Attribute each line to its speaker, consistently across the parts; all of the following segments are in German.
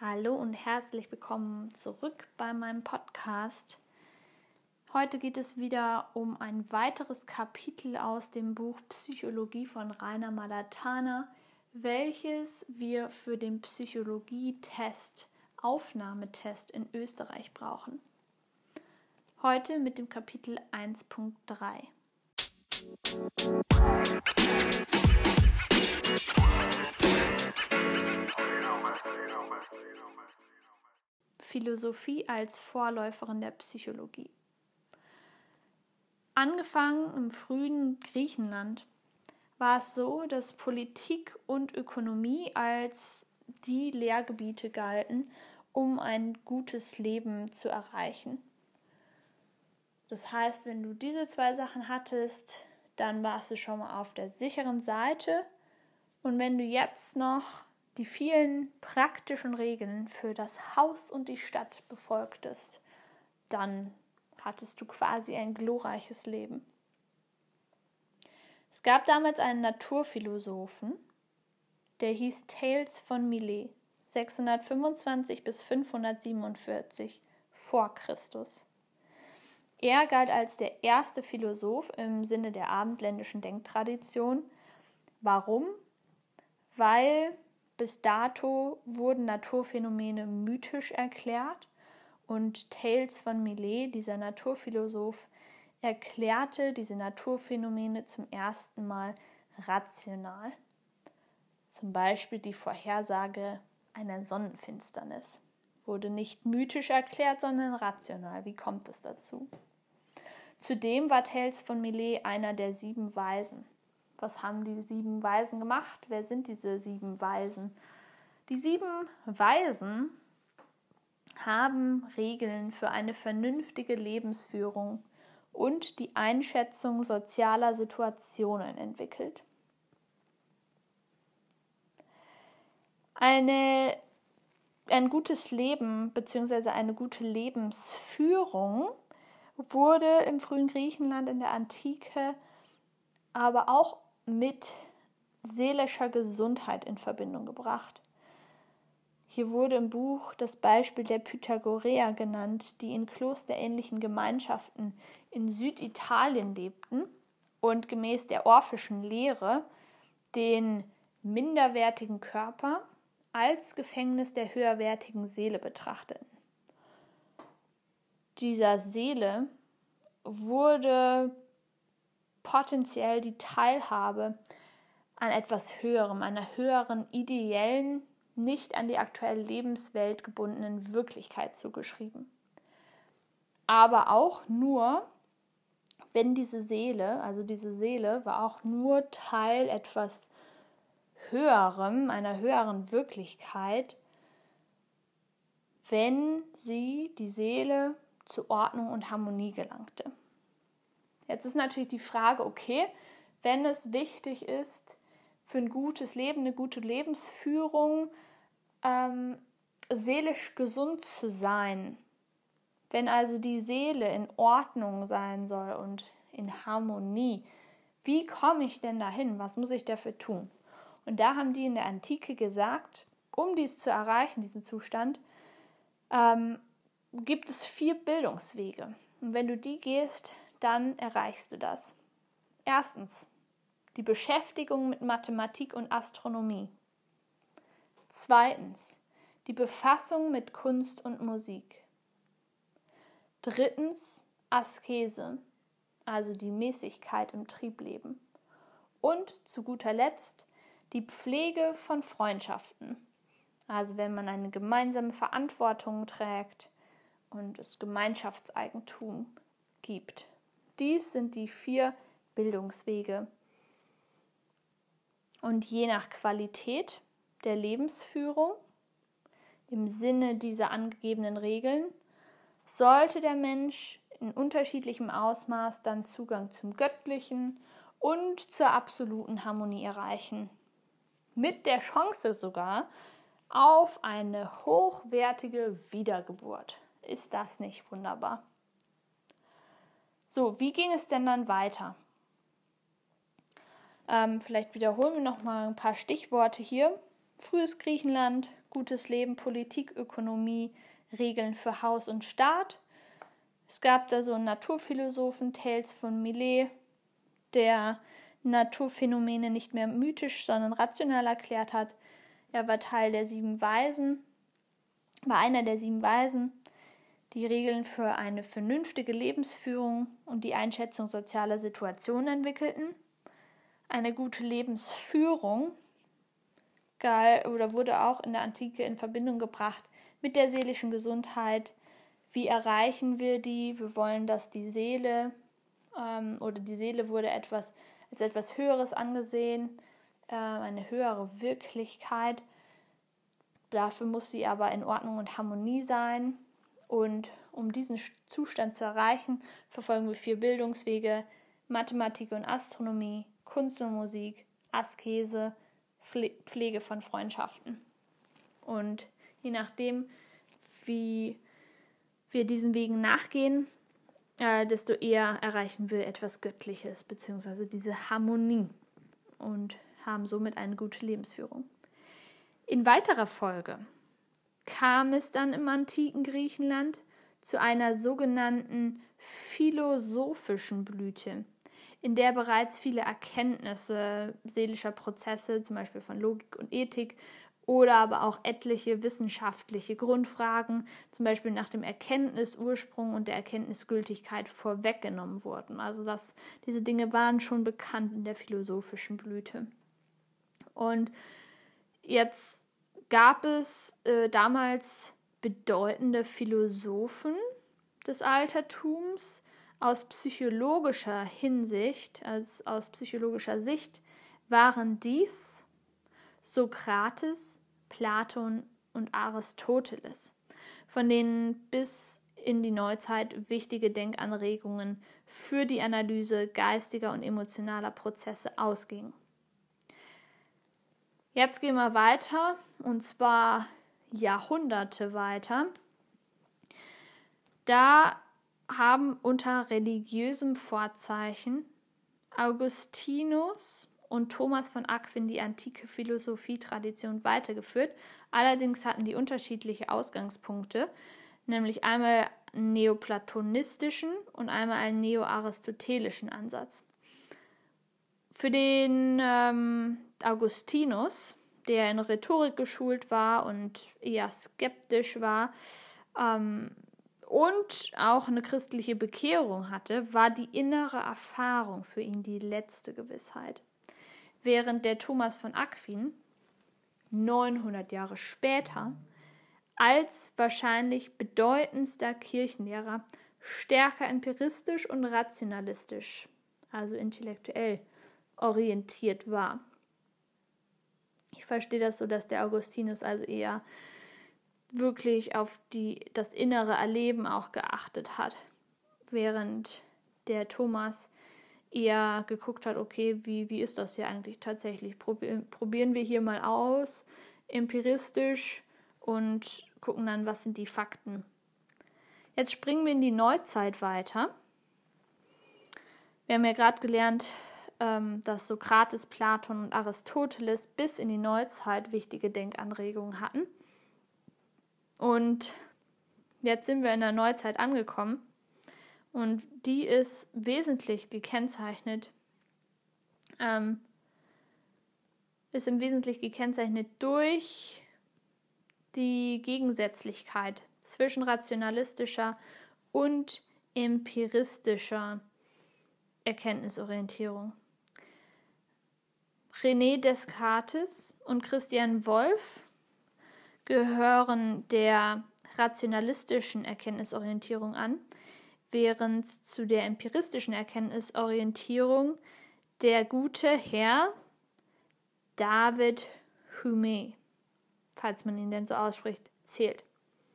Speaker 1: Hallo und herzlich willkommen zurück bei meinem Podcast. Heute geht es wieder um ein weiteres Kapitel aus dem Buch Psychologie von Rainer Malatana, welches wir für den Psychologietest, Aufnahmetest in Österreich brauchen. Heute mit dem Kapitel 1.3. Philosophie als Vorläuferin der Psychologie. Angefangen im frühen Griechenland war es so, dass Politik und Ökonomie als die Lehrgebiete galten, um ein gutes Leben zu erreichen. Das heißt, wenn du diese zwei Sachen hattest, dann warst du schon mal auf der sicheren Seite. Und wenn du jetzt noch die vielen praktischen Regeln für das Haus und die Stadt befolgtest, dann hattest du quasi ein glorreiches Leben. Es gab damals einen Naturphilosophen, der hieß Thales von Milet, 625 bis 547 vor Christus. Er galt als der erste Philosoph im Sinne der abendländischen Denktradition. Warum? Weil bis dato wurden Naturphänomene mythisch erklärt und Thales von Milet, dieser Naturphilosoph, erklärte diese Naturphänomene zum ersten Mal rational. Zum Beispiel die Vorhersage einer Sonnenfinsternis wurde nicht mythisch erklärt, sondern rational. Wie kommt es dazu? Zudem war Thales von Milet einer der 7 Weisen. Was haben die 7 Weisen gemacht? Wer sind diese 7 Weisen? Die 7 Weisen haben Regeln für eine vernünftige Lebensführung und die Einschätzung sozialer Situationen entwickelt. Ein gutes Leben bzw. eine gute Lebensführung wurde im frühen Griechenland in der Antike aber auch mit seelischer Gesundheit in Verbindung gebracht. Hier wurde im Buch das Beispiel der Pythagoreer genannt, die in klosterähnlichen Gemeinschaften in Süditalien lebten und gemäß der orphischen Lehre den minderwertigen Körper als Gefängnis der höherwertigen Seele betrachteten. Dieser Seele wurde potenziell die Teilhabe an etwas Höherem, einer höheren, ideellen, nicht an die aktuelle Lebenswelt gebundenen Wirklichkeit zugeschrieben. Aber auch nur, wenn diese Seele war auch nur Teil etwas Höherem, einer höheren Wirklichkeit, wenn die Seele zu Ordnung und Harmonie gelangte. Jetzt ist natürlich die Frage, okay, wenn es wichtig ist, für ein gutes Leben, eine gute Lebensführung, seelisch gesund zu sein, wenn also die Seele in Ordnung sein soll und in Harmonie, wie komme ich denn dahin? Was muss ich dafür tun? Und da haben die in der Antike gesagt, um dies zu erreichen, diesen Zustand, gibt es 4 Bildungswege. Und wenn du die gehst, dann erreichst du das. Erstens, die Beschäftigung mit Mathematik und Astronomie. Zweitens, die Befassung mit Kunst und Musik. Drittens, Askese, also die Mäßigkeit im Triebleben. Und zu guter Letzt, die Pflege von Freundschaften, also wenn man eine gemeinsame Verantwortung trägt und es Gemeinschaftseigentum gibt. Dies sind die 4 Bildungswege. Und je nach Qualität der Lebensführung, im Sinne dieser angegebenen Regeln, sollte der Mensch in unterschiedlichem Ausmaß dann Zugang zum Göttlichen und zur absoluten Harmonie erreichen. Mit der Chance sogar auf eine hochwertige Wiedergeburt. Ist das nicht wunderbar? So, wie ging es denn dann weiter? Vielleicht wiederholen wir noch mal ein paar Stichworte hier. frühes Griechenland, gutes Leben, Politik, Ökonomie, Regeln für Haus und Staat. Es gab da so einen Naturphilosophen, Thales von Milet, der Naturphänomene nicht mehr mythisch, sondern rational erklärt hat. Er war Teil der 7 Weisen, war einer der 7 Weisen, die Regeln für eine vernünftige Lebensführung und die Einschätzung sozialer Situationen entwickelten. Eine gute Lebensführung wurde auch in der Antike in Verbindung gebracht mit der seelischen Gesundheit. Wie erreichen wir die? Wir wollen, dass die Seele die Seele wurde als etwas Höheres angesehen, eine höhere Wirklichkeit. Dafür muss sie aber in Ordnung und Harmonie sein. Und um diesen Zustand zu erreichen, verfolgen wir 4 Bildungswege: Mathematik und Astronomie, Kunst und Musik, Askese, Pflege von Freundschaften. Und je nachdem, wie wir diesen Wegen nachgehen, desto eher erreichen wir etwas Göttliches, beziehungsweise diese Harmonie und haben somit eine gute Lebensführung. In weiterer Folge kam es dann im antiken Griechenland zu einer sogenannten philosophischen Blüte, in der bereits viele Erkenntnisse seelischer Prozesse, zum Beispiel von Logik und Ethik, oder aber auch etliche wissenschaftliche Grundfragen, zum Beispiel nach dem Erkenntnisursprung und der Erkenntnisgültigkeit vorweggenommen wurden. Also diese Dinge waren schon bekannt in der philosophischen Blüte. Und jetzt gab es damals bedeutende Philosophen des Altertums aus psychologischer Hinsicht, aus psychologischer Sicht waren dies Sokrates, Platon und Aristoteles, von denen bis in die Neuzeit wichtige Denkanregungen für die Analyse geistiger und emotionaler Prozesse ausgingen. Jetzt gehen wir weiter, und zwar Jahrhunderte weiter. Da haben unter religiösem Vorzeichen Augustinus und Thomas von Aquin die antike Philosophietradition weitergeführt. Allerdings hatten die unterschiedliche Ausgangspunkte, nämlich einmal einen neoplatonistischen und einmal einen neo-aristotelischen Ansatz. Für den Augustinus, der in Rhetorik geschult war und eher skeptisch war und auch eine christliche Bekehrung hatte, war die innere Erfahrung für ihn die letzte Gewissheit. Während der Thomas von Aquin 900 Jahre später als wahrscheinlich bedeutendster Kirchenlehrer stärker empiristisch und rationalistisch, also intellektuell orientiert war. Ich verstehe das so, dass der Augustinus also eher wirklich auf das innere Erleben auch geachtet hat, während der Thomas eher geguckt hat, okay, wie ist das hier eigentlich tatsächlich? Probieren wir hier mal aus, empiristisch, und gucken dann, was sind die Fakten. Jetzt springen wir in die Neuzeit weiter. Wir haben ja gerade gelernt, dass Sokrates, Platon und Aristoteles bis in die Neuzeit wichtige Denkanregungen hatten. Und jetzt sind wir in der Neuzeit angekommen. Und die ist wesentlich gekennzeichnet, durch die Gegensätzlichkeit zwischen rationalistischer und empiristischer Erkenntnisorientierung. René Descartes und Christian Wolff gehören der rationalistischen Erkenntnisorientierung an, während zu der empiristischen Erkenntnisorientierung der gute Herr David Hume, falls man ihn denn so ausspricht, zählt.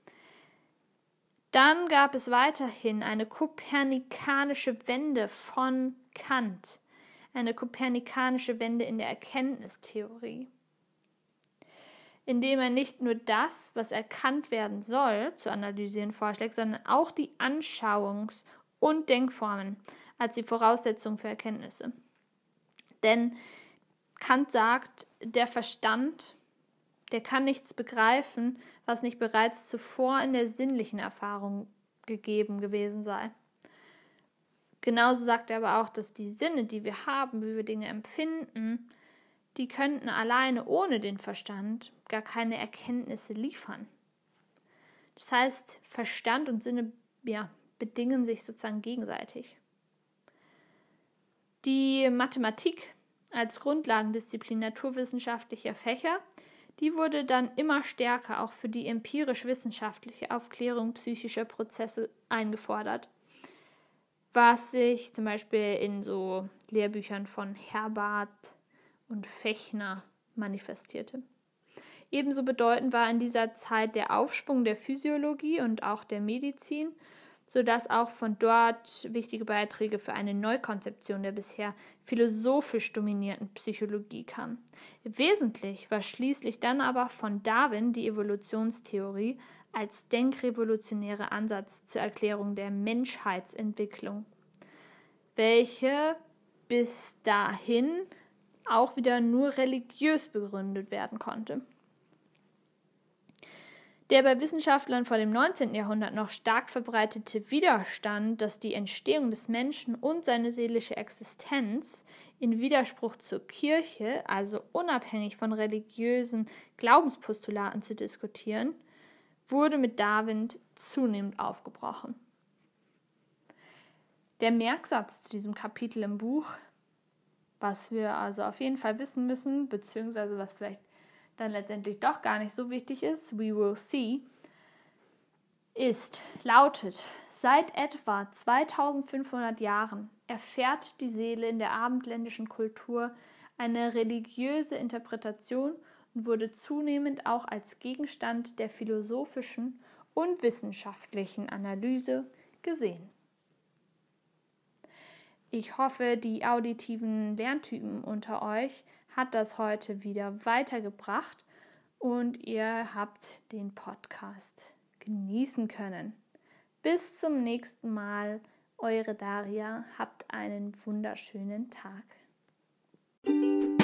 Speaker 1: Dann gab es weiterhin eine kopernikanische Wende von Kant, eine kopernikanische Wende in der Erkenntnistheorie, indem er nicht nur das, was erkannt werden soll, zu analysieren vorschlägt, sondern auch die Anschauungs- und Denkformen als die Voraussetzung für Erkenntnisse. Denn Kant sagt, der Verstand Der kann nichts begreifen, was nicht bereits zuvor in der sinnlichen Erfahrung gegeben gewesen sei. Genauso sagt er aber auch, dass die Sinne, die wir haben, wie wir Dinge empfinden, die könnten alleine ohne den Verstand gar keine Erkenntnisse liefern. Das heißt, Verstand und Sinne bedingen sich sozusagen gegenseitig. Die Mathematik als Grundlagendisziplin naturwissenschaftlicher Fächer, die wurde dann immer stärker auch für die empirisch-wissenschaftliche Aufklärung psychischer Prozesse eingefordert, was sich zum Beispiel in so Lehrbüchern von Herbart und Fechner manifestierte. Ebenso bedeutend war in dieser Zeit der Aufschwung der Physiologie und auch der Medizin, sodass auch von dort wichtige Beiträge für eine Neukonzeption der bisher philosophisch dominierten Psychologie kamen. Wesentlich war schließlich dann aber von Darwin die Evolutionstheorie als denkrevolutionärer Ansatz zur Erklärung der Menschheitsentwicklung, welche bis dahin auch wieder nur religiös begründet werden konnte. Der bei Wissenschaftlern vor dem 19. Jahrhundert noch stark verbreitete Widerstand, dass die Entstehung des Menschen und seine seelische Existenz in Widerspruch zur Kirche, also unabhängig von religiösen Glaubenspostulaten zu diskutieren, wurde mit Darwin zunehmend aufgebrochen. Der Merksatz zu diesem Kapitel im Buch, was wir also auf jeden Fall wissen müssen, beziehungsweise was vielleicht dann letztendlich doch gar nicht so wichtig ist, we will see, lautet: Seit etwa 2500 Jahren erfährt die Seele in der abendländischen Kultur eine religiöse Interpretation und wurde zunehmend auch als Gegenstand der philosophischen und wissenschaftlichen Analyse gesehen. Ich hoffe, die auditiven Lerntypen unter euch hat das heute wieder weitergebracht und ihr habt den Podcast genießen können. Bis zum nächsten Mal, eure Daria, habt einen wunderschönen Tag.